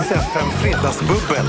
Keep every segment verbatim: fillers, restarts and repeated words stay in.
F M Fredagsbubbel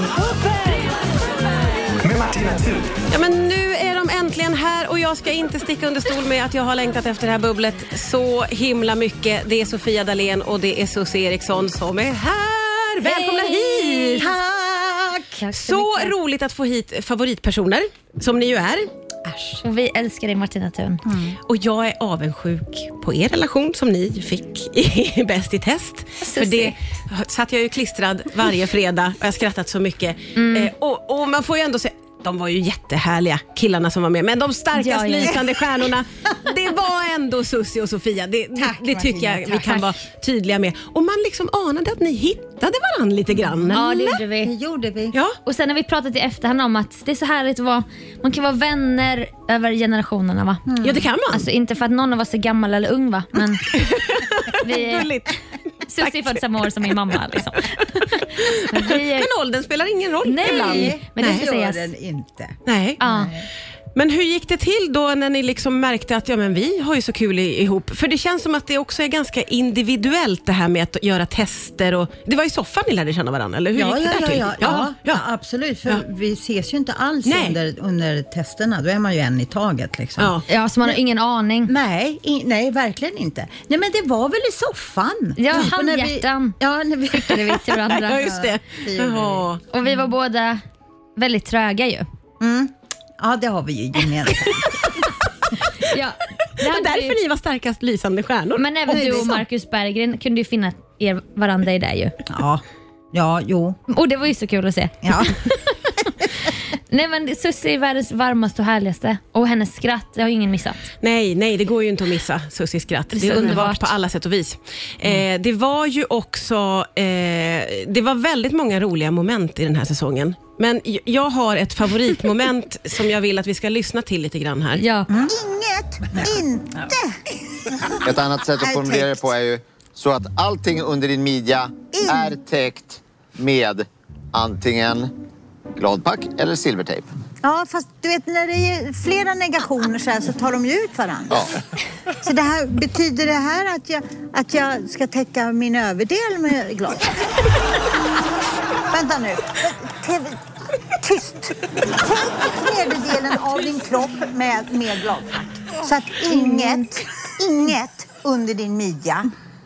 med Martina Thun. Ja, men nu är de äntligen här och jag ska inte sticka under stol med att jag har längtat efter det här bubblet så himla mycket. Det är Sofia Dalén och det är Susie Eriksson som är här. Välkomna Hej. hit! Tack! Tack så, så mycket. roligt att få hit favoritpersoner, som ni ju är. Äsch. Och vi älskar dig, Martina Thun. Mm. Och jag är avundsjuk på er relation som ni fick i Bäst i test. För det satt jag ju klistrad varje fredag och jag skrattat så mycket. Mm. Eh, och, och man får ju ändå säga, de var ju jättehärliga killarna som var med. Men de starkast ja, ja. lysande stjärnorna, det var ändå Susie och Sofia. Det, tack, det, det tycker jag vi tack. kan vara tydliga med. Och man liksom anade att ni hittade varandra lite grann. Ja, det gjorde vi. Det gjorde vi. Ja. Och sen har vi pratat i efterhand om att det är så härligt att vara, man kan vara vänner över generationerna, va? Mm. Ja, det kan man. Alltså inte för att någon av oss är gammal eller ung, va? Men vi är... Susie är född samma år som min mamma liksom. Men, är... men åldern spelar ingen roll. Nej, ibland. Men det ska gör den inte. Nej. Ja. Men hur gick det till då när ni liksom märkte att ja, men vi har ju så kul ihop? För det känns som att det också är ganska individuellt det här med att göra tester. Och, det var i soffan ni lärde känna varandra, eller hur ja, gick det ja, där till? Ja, ja, ja, ja absolut. För ja. vi ses ju inte alls under, under testerna. Då är man ju en i taget liksom. Ja, ja så man har ingen aning. Nej, i, nej, verkligen inte. Nej, men det var väl i soffan. Ja, handhjärtan. Vi, ja, när vi skickade vi till varandra. Ja, just det. Ja, och vi var båda väldigt tröga ju. Mm. Ja, det har vi ju gemensamt. ja, det var därför vi... ni var starkast lysande stjärnor. Men även du och Marcus Berggren kunde ju finna er varandra i det ju. Ja, ja, jo. Och det var ju så kul att se. Ja. Nej, men Susie är världens varmaste och härligaste. Och hennes skratt, det har ju ingen missat. Nej, nej, det går ju inte att missa Susies skratt. Det är, det är underbart. underbart på alla sätt och vis. Mm. Eh, det var ju också eh, det var väldigt många roliga moment i den här säsongen. Men jag har ett favoritmoment som jag vill att vi ska lyssna till lite grann här. Ja. Mm. Inget, inte. Ett annat sätt att formulera det på är ju så att allting under din midja In. är täckt med antingen gladpack eller silvertejp. Ja, fast du vet, när det är flera negationer så, här, så tar de ju ut varandra. Ja. Så det här, betyder det här att jag, att jag ska täcka min överdel med gladpack? Vänta nu. Tyst. Täck nederdelen av din kropp med, med gladpack. Så att inget, inget under din midja.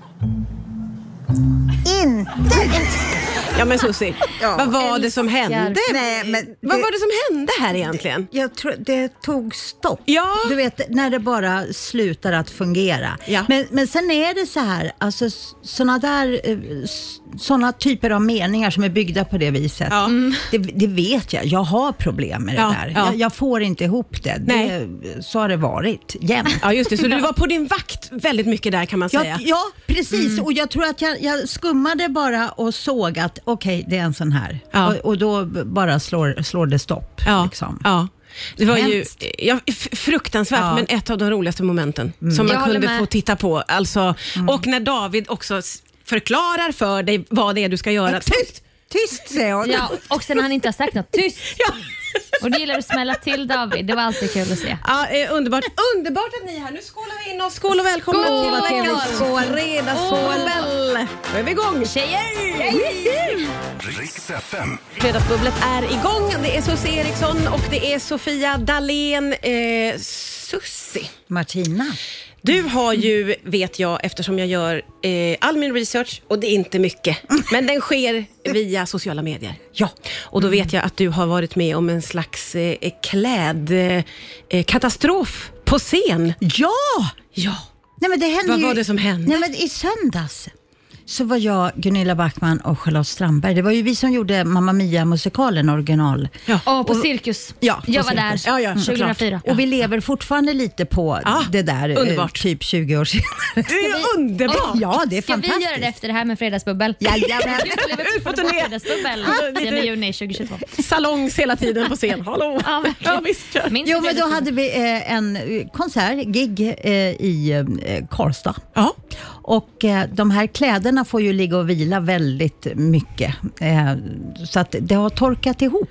Inte... Ja, men Susie, ja. vad var det som hände? Nej, men det, vad var det som hände här egentligen? Jag tror det tog stopp. Ja. Du vet, när det bara slutar att fungera. Ja. Men, men sen är det så här, alltså såna där såna typer av meningar som är byggda på det viset. Ja. Mm. Det, det vet jag. Jag har problem med det ja. där. Ja. Jag, jag får inte ihop det. det. Så har det varit jämt. Ja, just det. Så du var på din vakt väldigt mycket där, kan man säga. Ja, ja precis. Mm. Och jag tror att jag, jag skummade bara och såg att okej, okay, det är en sån här. Ja. Och, och då bara slår, slår det stopp. Ja, liksom. ja. Det var ju ja, fruktansvärt, ja. men ett av de roligaste momenten mm. som man jag kunde få titta på. Alltså, mm. Och när David också förklarar för dig vad det är du ska göra. Tyst! Tyst, säger hon. Ja, och sen han inte har sagt något. Tyst! Ja. Och det gillar att smälla till David. Det var alltid kul att se. Ja, eh, underbart. Underbart att ni är här. Nu skålar vi in oss. Skål och välkomna skål, till veckan. Skål! Fredagsskål! Då är vi igång. Tjejer! Riks F M. Fredagsbubblet är igång. Det är Susie Eriksson och det är Sofia Dalén. Eh, Susie. Martina. Du har ju, vet jag, eftersom jag gör eh, all min research, och det är inte mycket, men den sker via sociala medier. Ja. Och då vet jag att du har varit med om en slags eh, klädkatastrof eh, på scen. Ja! Ja. Nej, men det hände Vad ju, var det som hände? Nej, men i söndags så var jag, Gunilla Backman och Charlotte Strandberg. Det var ju vi som gjorde Mamma Mia-musikalen original. Ja, och på och, Cirkus. Ja, jag var cirkus. där ja, ja, tjugohundrafyra. Och vi lever fortfarande lite på ja, det där underbart. typ tjugo år senare. Det är vi, underbart. Ja, det är ska fantastiskt. Vi göra det efter det här med Fredagsbubbel? Ja, ja, men. Du lever fortfarande på Fredagsbubbel i juni tjugohundratjugotvå. Salongs hela tiden på scen. Hallå. Ja, ja, visst. Jo, men då hade vi eh, en konsert, gig eh, i eh, Karlstad. Ja. Och eh, de här kläderna får ju ligga och vila väldigt mycket. Eh, så att det har torkat ihop.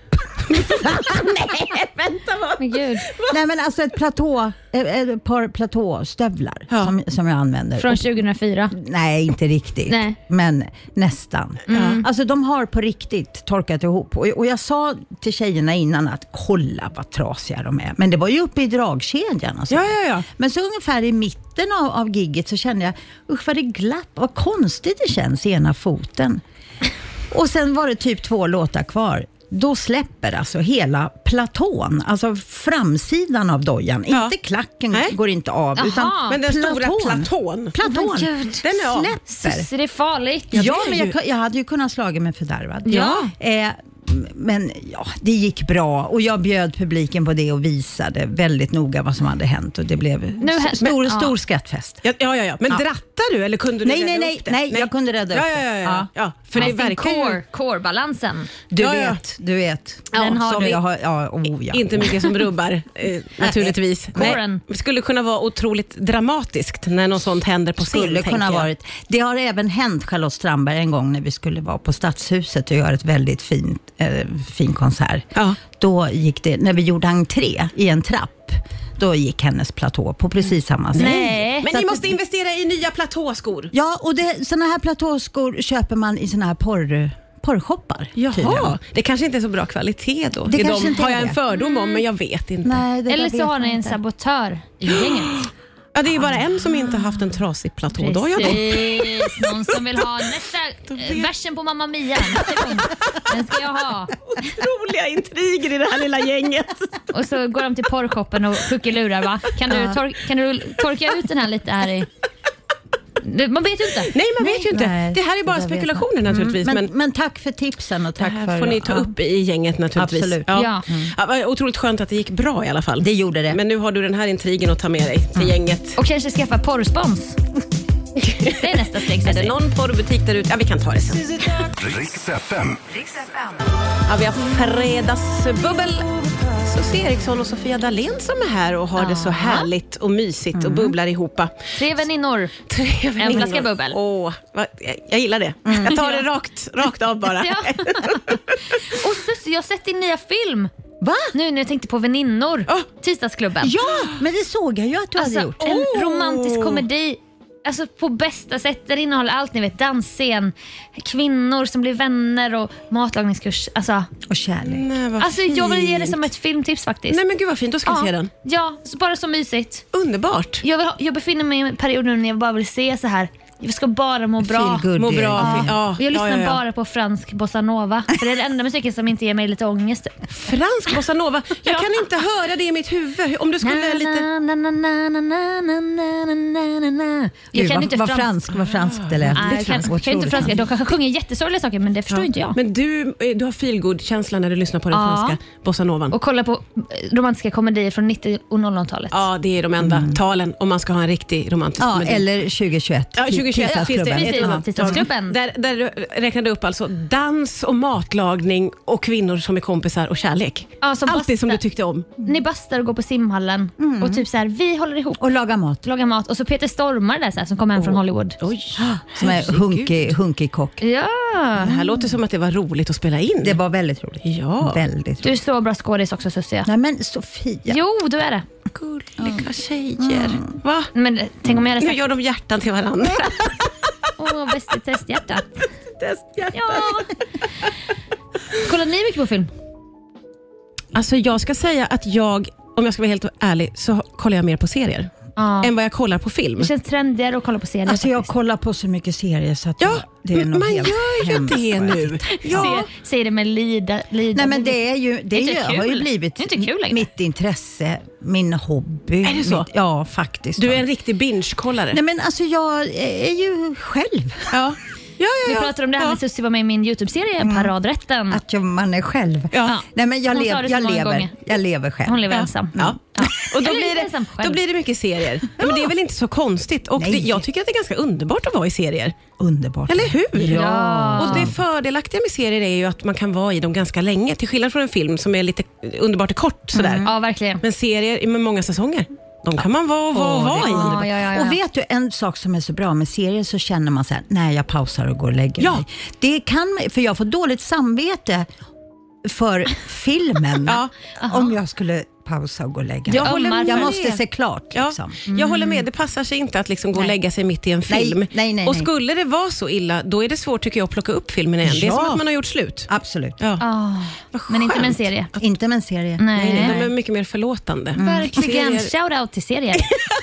Nej, vänta vad. Men gud. Nej men alltså ett platå, ett par platåstövlar ja. som, som jag använder. Från tjugohundrafyra? Nej, inte riktigt. Nej. Men nästan. Mm. Alltså de har på riktigt torkat ihop. Och, och jag sa till tjejerna innan att kolla vad trasiga de är. Men det var ju uppe i dragkedjan. Alltså. Ja, ja, ja. Men så ungefär i mitten av, av gigget så kände jag, usch vad det glapp, vad konstigt det känns i ena foten. Och sen var det typ två låtar kvar. Då släpper alltså hela platån, alltså framsidan av dojan. Ja. Inte klacken Nej. går inte av. Utan men den platån. stora platån. Platån. Oh den är av. Släpper. Så det är farligt. Ja, ja men jag, jag hade ju kunnat slaga mig fördärvad. Ja. Eh, men ja, det gick bra. Och jag bjöd publiken på det och visade väldigt noga vad som hade hänt. Och det blev nu, stor, men, stor ja. skrattfest. Ja, ja, ja. Men ja. drattar du eller kunde du nej, rädda nej, nej, upp det? nej, jag kunde rädda ja, upp ja, det. ja, ja. ja. För men det verkar core, ju... core-balansen. Du ja, vet, ja. du vet. Ja, den har du. Jag har, ja, oh, ja. Inte mycket som rubbar, eh, naturligtvis. Nej, det skulle kunna vara otroligt dramatiskt när något sånt händer på scen. Skulle kunna varit. Det har även hänt Charlotte Strandberg en gång när vi skulle vara på Stadshuset och göra ett väldigt fint, eh, fin konsert. Ja. Då gick det, när vi gjorde entré i en trapp, då gick hennes platå på precis samma sätt. Nej. Men ni måste investera i nya platåskor. Ja, och det, såna här platåskor köper man i såna här porr... porrshoppar. Jaha, tydligen. det kanske inte är så bra kvalitet då. Det, det kanske de, inte har jag är en fördom om, men jag vet inte. Nej, det eller så har ni en inte. sabotör i gänget. Ja, det är ju bara en som inte har haft en trasig platå. Då jag Precis, någon som vill ha nästa äh, versen på Mamma Mia. Nästa gång. Den ska jag ha. Otroliga intriger i det här lilla gänget. Och så går de till porrshoppen och kuckelurar, va? Kan du, tor- kan du torka ut den här lite här i... Man vet ju inte. Nej, man vet ju inte. Nej, det här är bara spekulationer naturligtvis. Mm. Men, men, men tack för tipsen och tack det här för... får ni ta ja. upp i gänget naturligtvis. Absolut. Ja. Ja. Mm. Ja, var otroligt skönt att det gick bra i alla fall. Det gjorde det. Men nu har du den här intrigen att ta med dig till mm. gänget. Och kanske skaffa porrspons. Det är nästa steg. Är det någon porrbutik där ute? Ja, vi kan ta det sen. Riks F M. Ja, vi har fredagsbubbel. Sofie Eriksson och Sofia Dalén som är här och har ja. det så härligt och mysigt mm. och bubblar ihop. Tre väninnor. Tre väninnor. En flaska bubbel. Åh, vad, jag, jag gillar det. Mm. Jag tar det rakt, rakt av bara. Ja. Och så, jag har sett din nya film. Va? Nu när jag tänkte på väninnor. Oh. Tisdagsklubben. Ja, men det såg jag ju att du alltså, hade gjort. En oh. romantisk komedi. Alltså på bästa sätt. Där innehåller allt, ni vet, dansscen, kvinnor som blir vänner och matlagningskurs. Alltså, och kärlek. Nej, alltså jag vill ge det som ett filmtips faktiskt. Nej men gud vad fint, då ska ja. jag se den. Ja, så bara så mysigt. Underbart. Jag, vill ha, jag befinner mig i en period nu när jag bara vill se så här. Jag ska bara må bra. Må bra. Ja. Ja. Jag lyssnar ja, ja, ja. bara på fransk bossa nova. För det är det enda musiken som inte ger mig lite ångest. Fransk bossa nova? Jag ja. kan inte höra det i mitt huvud. Om du skulle na, lite... Na, na, na, na, na, na, na, na, na. Jag kan var, inte var fransk. fransk. Vad fransk det lät. Nej, jag kan, kan, kan inte franska. De kanske sjunger jättesorgliga saker, men det förstår ja. inte jag. Men du, du har feelgood-känsla när du lyssnar på den ja. franska bossa novan. Och kolla på romantiska komedier från nittio- och noll noll-talet. Ja, det är de enda mm. talen om man ska ha en riktig romantisk ja, komedi. eller tjugohjugoett. Ja, tjugohjugoett finns det. Tisdagsklubben. Där, där du räknade upp alltså dans och matlagning och kvinnor som är kompisar och kärlek. Ja, som allt bastar. det som du tyckte om. Ni bastar och går på simhallen mm. och typ så här, vi håller ihop. Och lagar mat. Lagar mat. Och så Peter Stormare där så här, som kommer hem oh. från Hollywood. Oj. Som är hunkig, hunkig kock. Ja. Det här låter som att det var roligt att spela in. Det var väldigt roligt. Ja. Väldigt roligt. Du är så bra skådis också, Susie. Nej men Sofia. Jo, du är det. Gulliga mm. tjejer. Mm. Va? Men tänk om jag hade sagt... Nu gör de hjärtan till varandra. Åh, oh, bästa testhjärtat. Testhjärtat. Ja. Kollar ni mycket på film? Alltså jag ska säga att jag, om jag ska vara helt ärlig, så kollar jag mer på serier. Ah. Än vad jag kollar på film. Det känns trendigare att kolla på serier. Alltså jag faktiskt. kollar på så mycket serier så att ja, jag, det är nog man helt gör ju det nu. Ja. Säg det med lida, lida. Nej men det är ju, det, det är ju, har ju blivit det är inte kul mitt intresse, min hobby. Är det så? Mitt, ja, faktiskt. Du är en riktig binge-kollare. Nej men alltså jag är ju själv. Ja. Ja, ja, ja. Vi pratar om det här ja. när Susie var med i min YouTube-serie mm. Paradrätten. Att jag, man är själv. Ja. Nej men jag, lev, jag lever. Gånger. Jag lever själv. Hon lever ja. ensam. Ja. Ja. Och då blir, ensam det, då blir det mycket serier. Ja. Men det är väl inte så konstigt. Och det, jag tycker att det är ganska underbart att vara i serier. Underbart. Eller hur? Ja. Och det fördelaktiga med serier är ju att man kan vara i dem ganska länge. Till skillnad från en film som är lite underbart och kort. Sådär. Mm. Ja, verkligen. Men serier med många säsonger. De kan man vara och vara, oh, vara i. Ja, ja, ja, ja. Och vet du, en sak som är så bra med serier så känner man så här, nej jag pausar och går och lägger ja. mig. Det kan, för jag får dåligt samvete för filmen Ja. om jag skulle pausa och gå och lägga mig. Jag håller med. Jag måste se klart. Ja, Liksom. jag håller med. Det passar sig inte att liksom gå och lägga sig mitt i en film. Nej, nej, nej, och nej. skulle det vara så illa, då är det svårt tycker jag att plocka upp filmen igen. Det är Ja. som att man har gjort slut. Absolut. Ja. Oh, Vad men inte med en skönt. serie. Inte med en serie. Nej. Nej, nej, de är mycket mer förlåtande. Verkligen. Serier. Shout out till serier.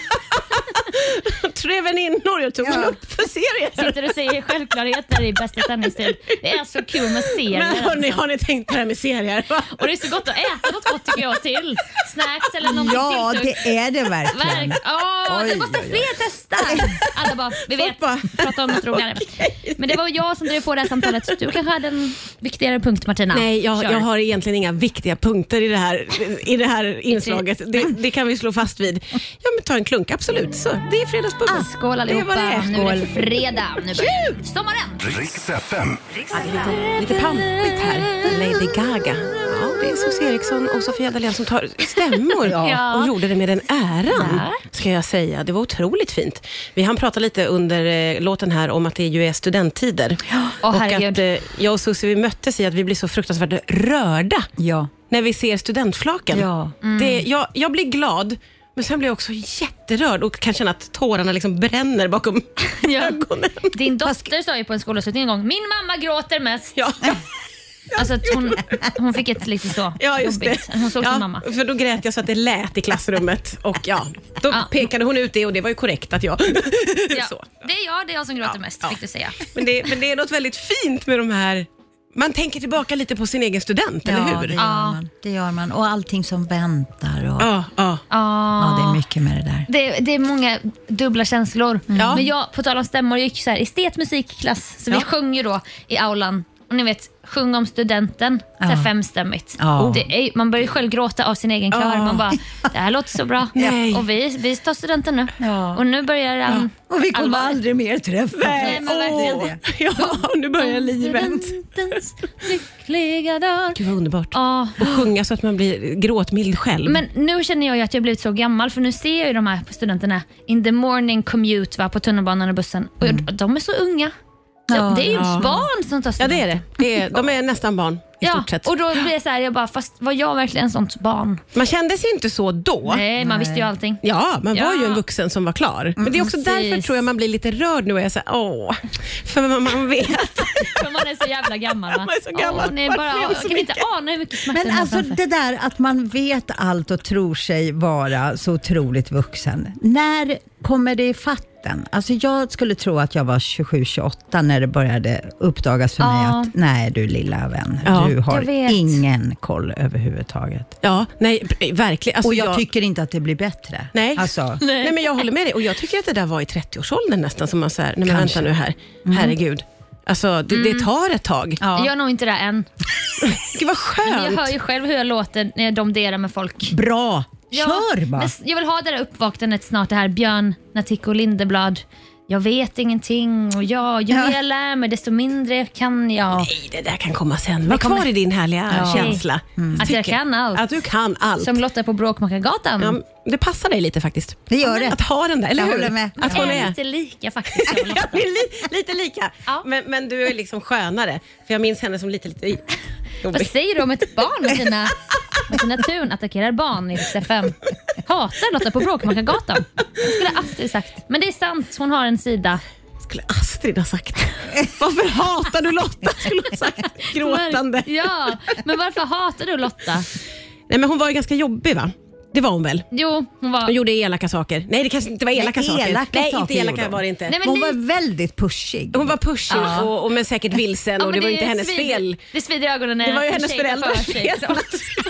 Tre väninnor, jag tog ja. upp för serier. Sitter och säger självklarheter i bästa sändningstid. Det är så kul med serier. Men hörni, har ni tänkt på det här med serier? Och det är så gott att äta något gott tycker jag till. Snacks eller någonting Ja, till. det är det verkligen. Verk. Åh, det Oj, måste oj, oj. fler testa. Alla bara, vi vet, bara- prata om något roligare. Men det var jag som drev på det här samtalet. Du kanske hade en viktigare punkt, Martina. Nej, jag, Kör. jag har egentligen inga viktiga punkter i det här, i det här inslaget. Det, det kan vi slå fast vid. Ja, men ta en klunk, absolut. Så, det är fredagsbubbel. Ah, skål Det är allihopa. vad det är. Nu är det fredag. Nu börjar sommaren. Riks F M. Lite, lite pampigt här. Lady Gaga. Ja, det är Sus Eriksson och Sofia Dalén som tar stämmor Ja. och gjorde det med den äran, Tack. ska jag säga. Det var otroligt fint. Vi hann prata lite under eh, låten här om att det ju är studenttider. Åh, och herregud. att eh, jag och Susie, vi möttes i att vi blir så fruktansvärt rörda Ja. när vi ser studentflaken. Ja. Det, jag, jag blir glad, men sen blir jag också jätterörd och kan känna att tårarna liksom bränner bakom Ja. ögonen. Din dotter sa ju på en skolavslutning en gång, min mamma gråter mest. Ja. Alltså att hon, hon fick ett lite så Ja, just det. jobbigt. Hon såg ja, sin mamma. För då grät jag så att det lät i klassrummet. Och ja, då Ja. pekade hon ut det och det var ju korrekt att jag... Ja, så. det är jag, det är jag som gråter Ja, mest, ja. fick du säga. Men, det, men det är något väldigt fint med de här... Man tänker tillbaka lite på sin egen student, eller Ja, hur? det gör, Ja. man. det gör man. Och allting som väntar. Och, Ja, ja. ja, det är mycket med det där. Det, det är många dubbla känslor. Ja. Men jag, på tal om stämmor, jag gick så här estetmusikklass. Så Ja. vi sjöng ju då i aulan. Och ni vet, sjung om studenten. Så här Ja. femstämmigt. Ja. Det är, man börjar ju själv gråta av sin egen kör. Ja. Man bara, det här låter så bra. Nej. Och vi, vi tar studenten nu. Ja. Och nu börjar um, Och vi kommer allvar. aldrig mer träffas. Nej, men verkligen Åh, det. ja, nu börjar livet. Studentens lyckliga dag. Gud vad underbart. Ja. Och sjunga så att man blir gråtmild själv. Men nu känner jag ju att jag har blivit så gammal, för nu ser jag ju de här studenterna in the morning commute, va, på tunnelbanan och bussen. Och de är så unga. Så Ja. det är ju Ja. barn som tar Ja, studenten. det är det. det är, de är nästan barn i Ja, stort sett. och då blir det så här, jag bara, fast var jag verkligen ett sånt barn? Man kände sig inte så då. Nej, man visste ju allting. Ja, man var Ja. ju en vuxen som var klar. Men det är också Precis. därför tror jag man blir lite rörd nu och jag säger åh, för man, man vet. För man är så jävla gammal, va? Man är så gammal. Åh, nej, Man bara, vet jag så kan inte mycket. ana hur mycket smärta Men man har alltså framför. det där att man vet allt och tror sig vara så otroligt vuxen. När kommer det i fatten? Alltså jag skulle tro att jag var tjugosju tjugoåtta när det började uppdagas för mig Ja. att nej du lilla vän, Ja. du har Jag vet. ingen koll överhuvudtaget. Ja, nej, verkligen. Alltså, Och jag, tycker inte att det blir bättre. Nej. Alltså, nej, men jag håller med dig. Och jag tycker att det där var i trettioårsåldern nästan som man säger, nej men Kanske. vänta nu här, herregud. Alltså det, det tar ett tag. ja. Jag gör nog inte det än. Gud vad Men jag skönt. hör ju själv hur jag låter när jag domderar med folk. Bra, Ja, kör bara. men jag vill ha det där uppvaknandet snart, det här Björn Natthiko Lindeblad. Jag vet ingenting och jag, ju Ja. mer jag lär mig desto mindre kan jag. Nej, det där kan komma sen. Var kvar i din härliga Ja. känsla. Att jag kan allt. Att du kan allt. Som Lotta på Bråkmakargatan. Ja, det passar dig lite faktiskt. Det gör det. Att ha den där, eller Jag hur? håller med. Att hon är är... lite lika faktiskt. jag och Ja, Lotta. vi är li, lite lika. Ja. Men, men du är liksom skönare. För jag minns henne som lite, lite Vad jobbig. säger du om ett barn med sina, med sina tun attackerar barn i Rix F M? Hatar Lotta på Bråkmakargatan. Det skulle Astrid sagt. Men det är sant, hon har en sida. Skulle Astrid ha sagt. Varför hatar du Lotta? Skulle hon ha sagt. Gråtande. Ja, men varför hatar du Lotta? Nej, men hon var ju ganska jobbig, va? Det var hon väl? Jo, hon var... Hon gjorde elaka saker. Nej, det kanske inte var elaka Nej, saker. elaka Nej, saker inte elaka gjorde hon. var det inte. Nej, men Hon li- var väldigt pushig. Hon var pushig Ja. och, och men säkert vilsen Ja, och men det var inte är hennes svid- fel. Det svider i ögonen när Det var ju en hennes tjej tar föräldrars för sig. fel.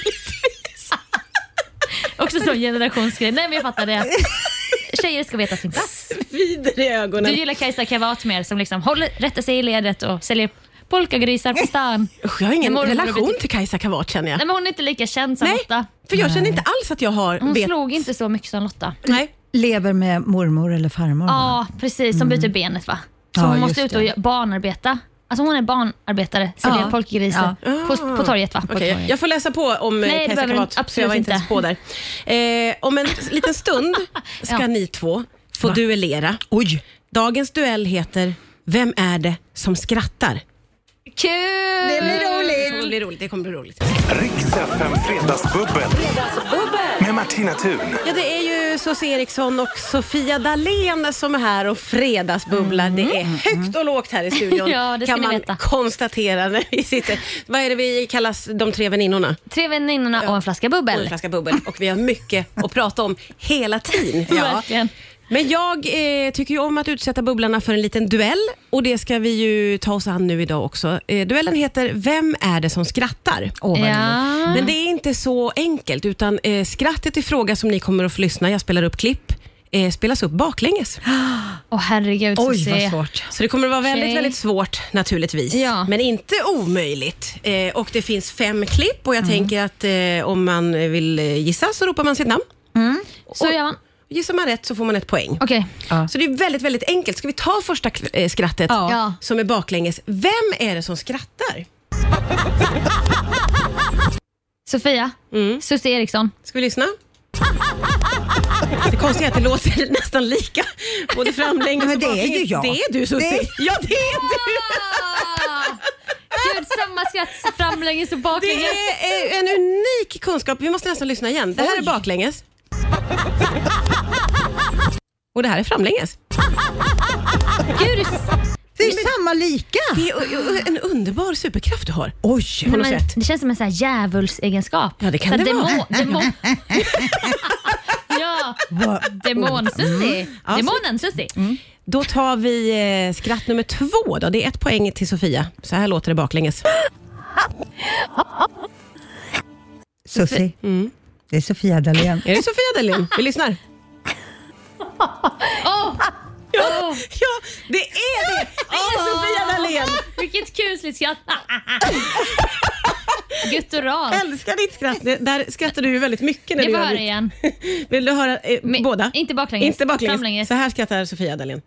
Också som generationsgrej. Nej, men jag fattar det. Tjejer ska veta sin plats. Vidare i Du ögonen. gillar Kajsa Kavat mer, som liksom håller, rättar sig i ledet och säljer polkagrisar på stan. Usch, jag har ingen Men mormor relation vet- till Kajsa Kavat, känner jag. Nej, men hon är inte lika känd som Nej, Lotta. för jag känner inte alls att jag har... Hon vet- slog inte så mycket som Lotta. Nej. Lever med mormor eller farmor. va? Ja, precis. Som byter benet, va? Så Ja, hon måste just ut och det. gö- barnarbeta. Alltså hon är barnarbetare, säljer Ja. polkagrisar på, på torget, va? Okej, jag- jag får läsa på om Nej, Nej, det Kajsa behöver Kavat. du absolut för jag var inte inte. ens på där. Eh, om en liten stund ska Ja. ni två få duellera. Oj, Dagens duell heter Vem är det som skrattar? Kul! Det blir roligt. Det kommer bli roligt. Det kommer bli roligt. Riks F M Fredagsbubbel med Martina Thun. Ja, det är ju Sos Eriksson och Sofia Dalén som är här och fredagsbubblar. Mm. Det är högt och lågt här i studion. Ja, det ska kan ni man veta. konstatera när vi sitter. Vad är det vi kallas de tre väninnorna? Tre väninnorna och en flaska bubbel. Och en flaska bubbel. Och vi har mycket att prata om hela tiden. Ja. Verkligen. Men jag eh, tycker ju om att utsätta bubblarna för en liten duell. Och det ska vi ju ta oss an nu idag också. Eh, duellen heter Vem är det som skrattar? Åh, vad Ja. Men det är inte så enkelt, utan eh, skrattet i fråga som ni kommer att få lyssna, jag spelar upp klipp, eh, spelas upp baklänges. Åh herregud. Oj, så vad se. svårt. Så det kommer att vara väldigt, Okej. väldigt svårt naturligtvis. Ja. Men inte omöjligt. Eh, och det finns fem klipp och jag tänker att eh, om man vill eh, gissa så ropar man sitt namn. Så gör man. Gissar man rätt så får man ett poäng. Okej. Så det är väldigt, väldigt enkelt. Ska vi ta första kl- eh, skrattet Ja. som är baklänges? Vem är det som skrattar? Sofia. Mm. Susie Eriksson. Ska vi lyssna? Det konstiga är att det låter nästan lika. Både framlänges Men och det är baklänges. ju jag. Det är du, Susie. Det- Ja, det är du. Ah! Gud, samma skratt framlänges och Det baklänges. är en unik kunskap. Vi måste nästan lyssna igen. Det här är baklänges. Och det här är framlänges. Gud, Det är samma lika. Det är en underbar superkraft du har. Oj. På något men, sätt. det känns som en sån här djävulsegenskap. Ja, det kan så det demon, vara. Demon. Ja, demon-Susie. Ja, Demonen Susie. Då tar vi eh, skratt nummer två. Då. Det är ett poäng till Sofia. Så här låter det baklänges. Susie. Mm. Det är Sofia Dalén. Är det Sofia Dalén? Vi lyssnar. Åh, Ja, Åh. ja, det är det! Det är Sofia Dalén! vilket kusligt skratt. Guttural. Älskar ditt skratt. Det, där skrattar du ju väldigt mycket när Jag du får gör höra det. igen. Vill du höra eh, Men båda? inte baklänges. Inte baklänges. Framlänges. Så här skrattar Sofia Dalén.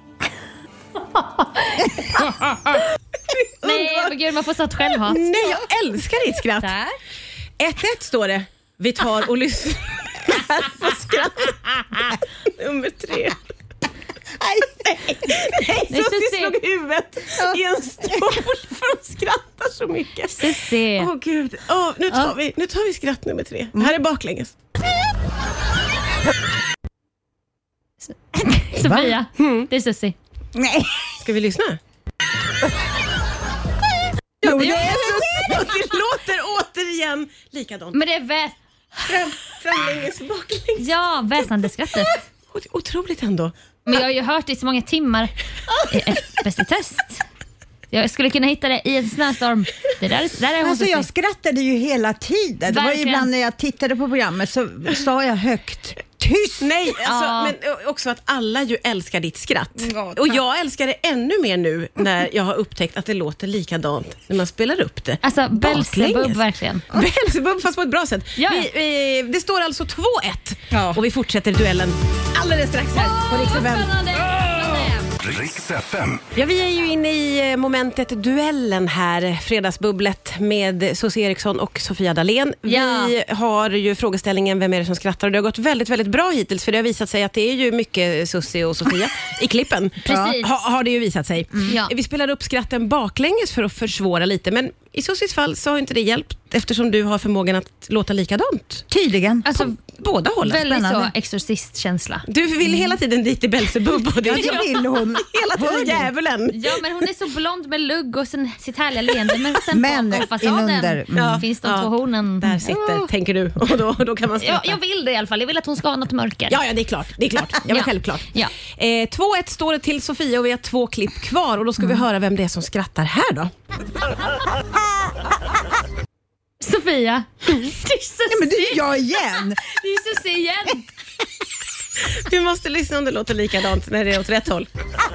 Nej, men gud, man får sånt självhat. Nej, jag älskar ditt skratt. Där. ett ett står det. Vi tar och lyssnar på skratt nummer tre. Nej, nej, nej. Nej, Susie Susie. slog huvudet i en stol för att skratta så mycket. Susie. Åh gud, Åh, nu, tar vi, nu tar vi skratt nummer tre. Det här är baklänges. Sofia, det är Susie. Nej. Ska vi lyssna? Jo, det är Susie. Och det låter återigen likadant. Men det är väs... Fram, framlänges och baklänges. Ja, väsande skrattet. Och det är otroligt ändå. Men jag har ju hört det i så många timmar i ett Bäst i test. Jag skulle kunna hitta det i en snöstorm. Det där, det där är hon Alltså Susie. jag skrattade ju hela tiden. Det var ju Verkligen. ibland när jag tittade på programmet så sa jag högt. Tyst! Nej, alltså, Ja. men också att alla ju älskar ditt skratt. Ja, tack. Och jag älskar det ännu mer nu när jag har upptäckt att det låter likadant när man spelar upp det. Alltså Belzebub Baklänges. verkligen. Belzebub fast på ett bra sätt. Ja. Vi, vi, det står alltså två ett Ja. och vi fortsätter duellen alldeles strax här på Riks F M. Spännande! Riks F M. Ja, vi är ju inne i eh, momentet duellen här, fredagsbubblet med Sos Eriksson och Sofia Dalén. Ja. Vi har ju frågeställningen Vem är det som skrattar? Och det har gått väldigt, väldigt bra hittills för det har visat sig att det är ju mycket Susie och Sofia i klippen. Precis. Ha, har det ju visat sig. Ja. Vi spelar upp skratten baklänges för att försvåra lite, men i Sosies fall så har inte det hjälpt eftersom du har förmågan att låta likadant. Tydligen. Alltså, På båda hållen. väldigt så Spännande. exorcistkänsla. Du vill hela tiden dit i Belzebub och det Ja, det vill hon. hela tiden Hör du? djävulen. Ja, men hon är så blond med lugg och sen sitt härliga leende. Men sen Men bakom fasaden inunder, mm. finns de Ja, två hornen. Där sitter, Oh. tänker du. Och då, då kan man Ja, skratta. jag vill det i alla fall. Jag vill att hon ska ha något mörker. Ja, ja, det är klart. Det är klart. Ja, men Ja. självklart. Ja. Eh, två ett står det till Sofia och vi har två klipp kvar och då ska vi höra vem det är som skrattar här då. Sofia. Det är Susie. Nej, men det är jag igen. Det är Susie igen. Vi måste lyssna om det låter likadant när det är åt rätt håll.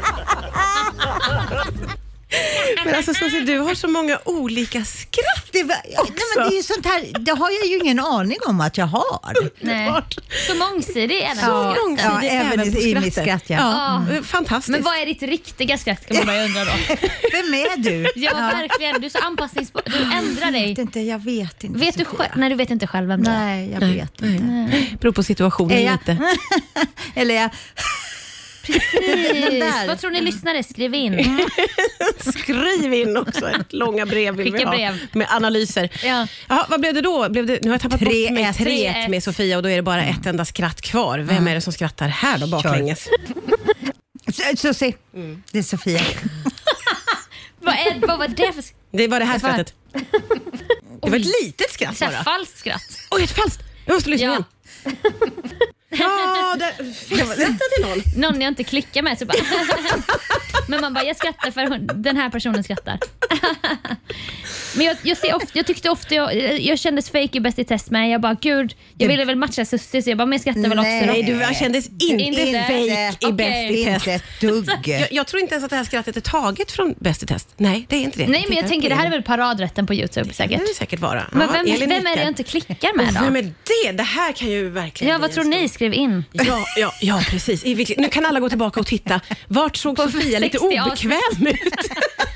Men alltså Susie, du har så många olika skratt. Det, var, ja, nej, men det är ju sånt här, det har jag ju ingen aning om att jag har. Nej. Så mångsidig är den. Ja, Så Långsidig ja, även i- på i mitt skrattet. skratt, ja. Ja, fantastiskt. Men vad är ditt riktiga skratt kan man bara undra då. Vem är du? Ja, verkligen. Du är så anpassningsbar. Du ändrar Jag dig. vet inte, jag vet inte. Vet du Sofia. själv? Nej, du vet inte själv vem det är. Nej, jag vet inte. Beror på situationen Är jag, lite. eller jag, Precis. Vad tror ni lyssnare? Skriv in. Skriv in också ett långa brev vill vi ha brev. med analyser. Ja. Jaha, vad blev det då? Blev det, nu har jag tappat tre, bort mig ett, tre ett med Sofia och då är det bara ett enda skratt kvar. Vem är det som skrattar här då baklänges? Susie, mm. det är Sofia. vad, är, vad var det för... Det var det här skrattet. Det var ett litet skratt bara. Ett falskt skratt. Oj, ett falskt. Jag måste lyssna Ja. igen. Ja, där festade till någon. Någon jag inte klickar med så bara. Men man bara, jag skrattar för hon, den här personen skrattar. Men jag, jag, ser ofta, jag tyckte ofta jag, jag kändes fake i Bäst i test med. Jag bara, gud, jag ville väl matcha Susie så jag bara, men jag skrattar väl också. Nej, du jag kändes inte, Inte. fake i Okej. Bäst i test. Inte ett dugg. Jag, jag tror inte ens att det här skrattet är taget från Bäst i test. Nej, det är inte det. Nej, men jag tänker det här är väl paradrätten på YouTube säkert. Det är det säkert vara. Men Ja, vem, Elin vem är det nickar. jag inte klickar med då? Vem är det? Det här kan ju verkligen Ja, bli vad en tror stor- ni? Skriv in. Ja, ja, ja precis. I vilket- Nu kan alla gå tillbaka och titta. Vart såg På Sofia lite sextio obekväm ut?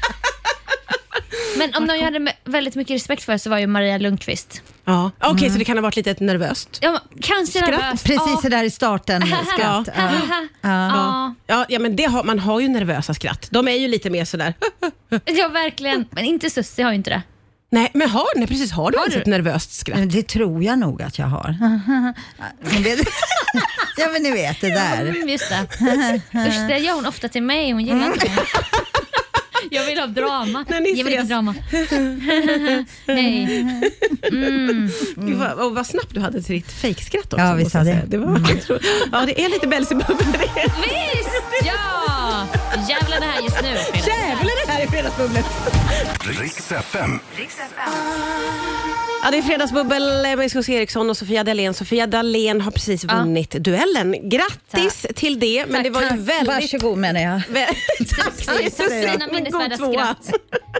Men om någon jag hade med- väldigt mycket respekt för så var ju Maria Lundqvist. Ja, okej, okay, så det kan ha varit lite nervöst. Ja, kanske Skratt. nervös. Precis Ja. så där i starten. Skratt. Ja. Ja. Ja, ja men det har, man har ju nervösa skratt. De är ju lite mer sådär. Ja, verkligen. Men inte Susie har ju inte det. Nej, men har, nej, precis, har du Har ens du? ett nervöst skratt? Men det tror jag nog att jag har. Ni vet- ja, men ni vet det där. Mm, just det. Usch, det gör hon ofta till mig. Hon gillar inte mig. Jag vill ha drama. När ni Jag vill ses. ha drama. Nej. Mm. Gud, vad, och vad snabbt du hade till ditt fejkskratt också. Ja, visst måste jag hade säga. det. Var, jag tror, ja, det är lite Belzebub. Visst! Ja! Jävlar det här just nu. Jävlar det här är fredagsbubblet. Riks F M. Ja, det är fredagsbubbel med Susie Eriksson och Sofia Dalén. Sofia Dalén har precis Ja. vunnit duellen. Grattis till det. Men Tack, det var ju tack. väldigt... Varsågod menar jag. Vä- Tack, Precis, Susie. Sina minnesvärda God tvåa. skratt.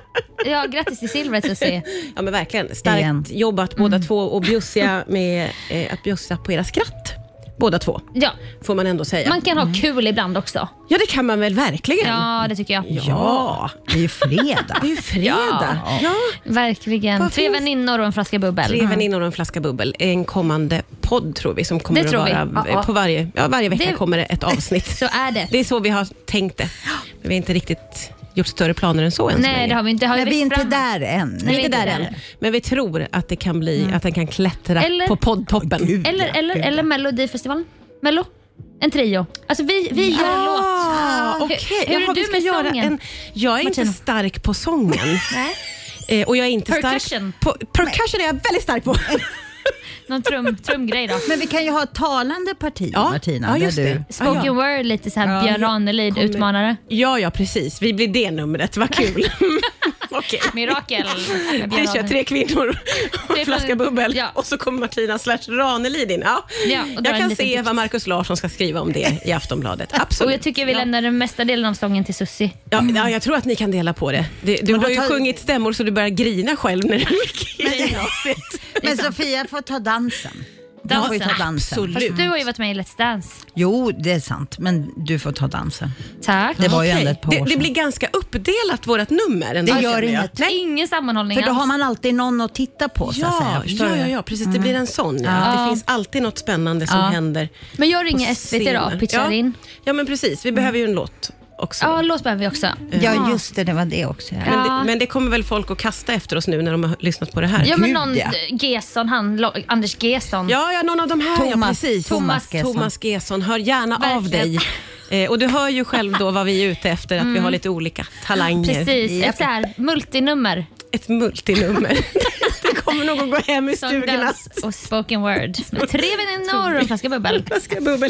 Ja, grattis till silvret Susie. Ja, men verkligen. Starkt Igen. jobbat båda två och bjussiga med eh, att bjussa på era skratt. Båda två, Ja, får man ändå säga. man kan ha kul ibland också. Ja, det kan man väl verkligen. Ja, det tycker jag. Ja. Det är ju fredag. Det är ju fredag. Ja. Ja. Verkligen. Vad Tre finns- väninnor och en flaska bubbel. Tre väninnor och en flaska bubbel. En kommande podd tror vi som kommer Det att tror vi. vara Ja, ja. på varje, ja, varje vecka Det- kommer det ett avsnitt. Så är det. Det är så vi har tänkt det. Men vi har inte riktigt gjort större planer än så än så Nej, länge. det har vi inte. Har Nej, vi är inte fram- där än. Nej, Vi är vi inte där där. än. Men vi tror att det kan bli, att den kan klättra Eller- på poddtoppen. Gud. Eller, eller, eller Melodifestivalen. Mello. En trio. Alltså vi, vi gör en låt. Ah, Hur- okej. hur är Jaha, du vi ska med göra sången? En, jag är Martina? inte stark på sången. Nej. Eh, och jag är inte Percussion. stark på... Percussion är jag väldigt stark på. Någon trum, trumgrej då. Men vi kan ju ha ett talande parti, Ja, Martina. ja, där just du- det. Spoken Ah, ja. word, lite så här Ja, Björn jag Ranelid, kommer- utmanare. Ja, ja, precis. Vi blir det numret. Vad kul. Okej. Mirakel. med Björn Vi kör Ranelid. tre kvinnor och Tre en flaska flaskor- bubbel. Ja. Och så kommer Martina slash Ranelid in. Ja. Ja, och drar jag en kan liten se dikt. vad Markus Larsson ska skriva om det i Aftonbladet. Och Absolut. jag tycker vi lämnar den mesta delen av sången till Susie. Ja, ja, jag tror att ni kan dela på det. det du Men har då ju tar- sjungit stämmor så du börjar grina själv när du gick i gymnasiet. Men Sofia får ta dansen. Dansen. får ju ta dansen. Absolut. Fast du har ju varit med i Let's Dance. Jo, det är sant. Men du får ta dansen. Tack. Det var ju Okej. ändå ett par det, år det sedan. blir ganska uppdelat vårt nummer. Ändå, Det gör känner jag. inget. Nej. Ingen sammanhållning För då alls. har man alltid någon att titta på, så att säga. Ja, Förstår ja, du? ja, ja, precis. Det blir en sån. Ja. Att det finns alltid något spännande som Ja. händer. Men jag ringer på S V T då, scenen. pitchar ja. in. Ja, men precis. Vi behöver ju en låt också. Ja, låt behöver vi också. Ja, just det. Det var det också. Ja. Men, Ja. det, men det kommer väl folk att kasta efter oss nu när de har lyssnat på det här? Ja, men Gud, någon ja. Gesson, han, Lo- Anders Gesson. Ja, ja, någon av de här. Thomas- ja, precis. Thomas Gesson. Thomas Gesson. Hör gärna av Verkligen. dig. Eh, och du hör ju själv då vad vi är ute efter, att vi har lite olika talanger. Precis, Ja. ett så här multinummer. Ett multinummer. Det kommer nog att gå hem i Sång, stugorna. dans och spoken word. Med tre väninnor och en flaska bubbel. Flaska bubbel.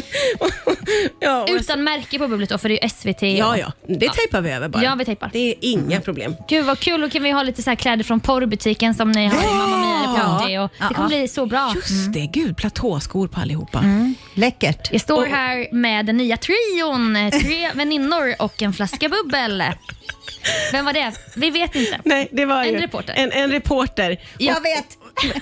ja, och Utan märke på bubblet då, för det är ju S V T. ja, och- ja. Det tejpar vi över bara. Ja, vi tejpar. Det är inga problem. Gud vad kul, då kan vi ha lite så här kläder från porrbutiken som ni har i Mamma Mia eller Plenty. Och det kommer bli så bra. Just det, gud, platåskor på allihopa. Läckert. Jag står här med den nya trion, tre väninnor och en flaska bubbel. Vem var det? Vi vet inte. Nej, det var En ju reporter. En, en reporter. Jag vet.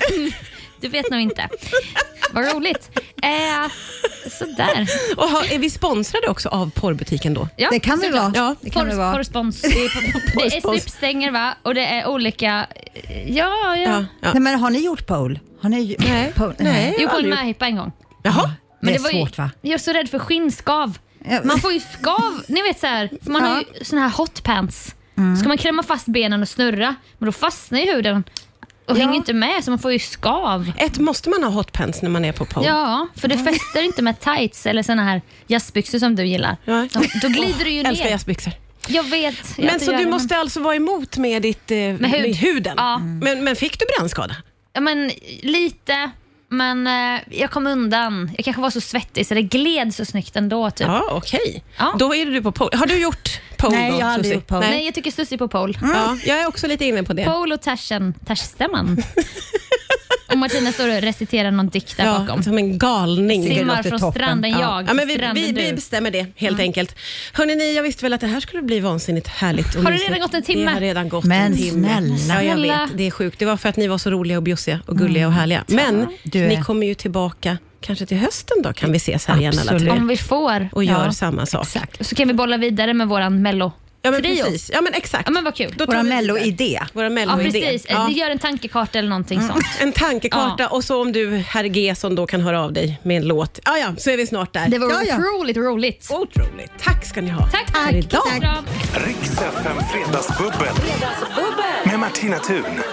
Du vet nog inte. Vad roligt. Eh, sådär. Och har, är vi sponsrade också av porrbutiken då? Ja, Det kan vi såklart. vara. Ja, Det kan vi Porr- vara. porrspons. Det är Porrspons. strippstänger va? Och det är olika... Ja, ja. Ja, ja. Nej, men har ni gjort pole? Har ni Nej. pole? Nej. Jo, på en aldrig möhippa en gång. Jaha. Det är var ju- svårt, va? Jag är så rädd för skinnskav. Man får ju skav, ni vet så här, man har ju såna här hotpants. Mm. Ska man klämma fast benen och snurra, men då fastnar ju huden och ja. hänger inte med, så man får ju skav. Ett, måste man ha hotpants när man är på pole? Ja, för det fäster inte med tights eller såna här jazzbyxor som du gillar. Ja. Då, då glider du ju ner. Älskar jazzbyxor. Jag vet. Men så du måste men... alltså vara emot med ditt eh, med, hud. med huden? Ja. Mm. Men, men fick du brännskada? Ja, men lite. Men eh, jag kom undan. Jag kanske var så svettig så det gled så snyggt ändå. Typ. Ja, okej. Okay. Ja. Då är du på pole. Har du gjort pole? Nej, då, jag har aldrig gjort pole. Nej, jag tycker Susie på pole. Mm. Ja, jag är också lite inne på det. Pole och Tarzan. Tarzstämman. Och Martina står och reciterar någon dikt där ja, bakom. Som en galning. Simmar från toppen. Stranden, ja. jag. Ja, men vi, vi, vi bestämmer det helt mm. enkelt. Hörrni, ni, jag visste väl att det här skulle bli vansinnigt härligt. Har det redan gått en timme? Det har redan gått men en timme. Snälla. Ja, jag vet. Det är sjukt. Det var för att ni var så roliga och bjussiga och gulliga och härliga. Men ni kommer ju tillbaka kanske till hösten då, kan vi ses här igen alla tre. Om vi får. Och gör ja. samma sak. Exakt. Så kan vi bolla vidare med våran mello. Ja men trio. Precis, ja men exakt. Ja men vad kul. Våra mello-idé. Våra mello-idé. Ja precis, ja. Det gör en tankekarta eller någonting mm. sånt. En tankekarta ja. Och så om du, herr Gesson, då kan höra av dig med en låt. Ja ja, så är vi snart där. Det var ja, otroligt ja. roligt. Otroligt. Tack ska ni ha. Tack, tack. Idag. Tack. Rix F M Fredagsbubbel med Martina Thun.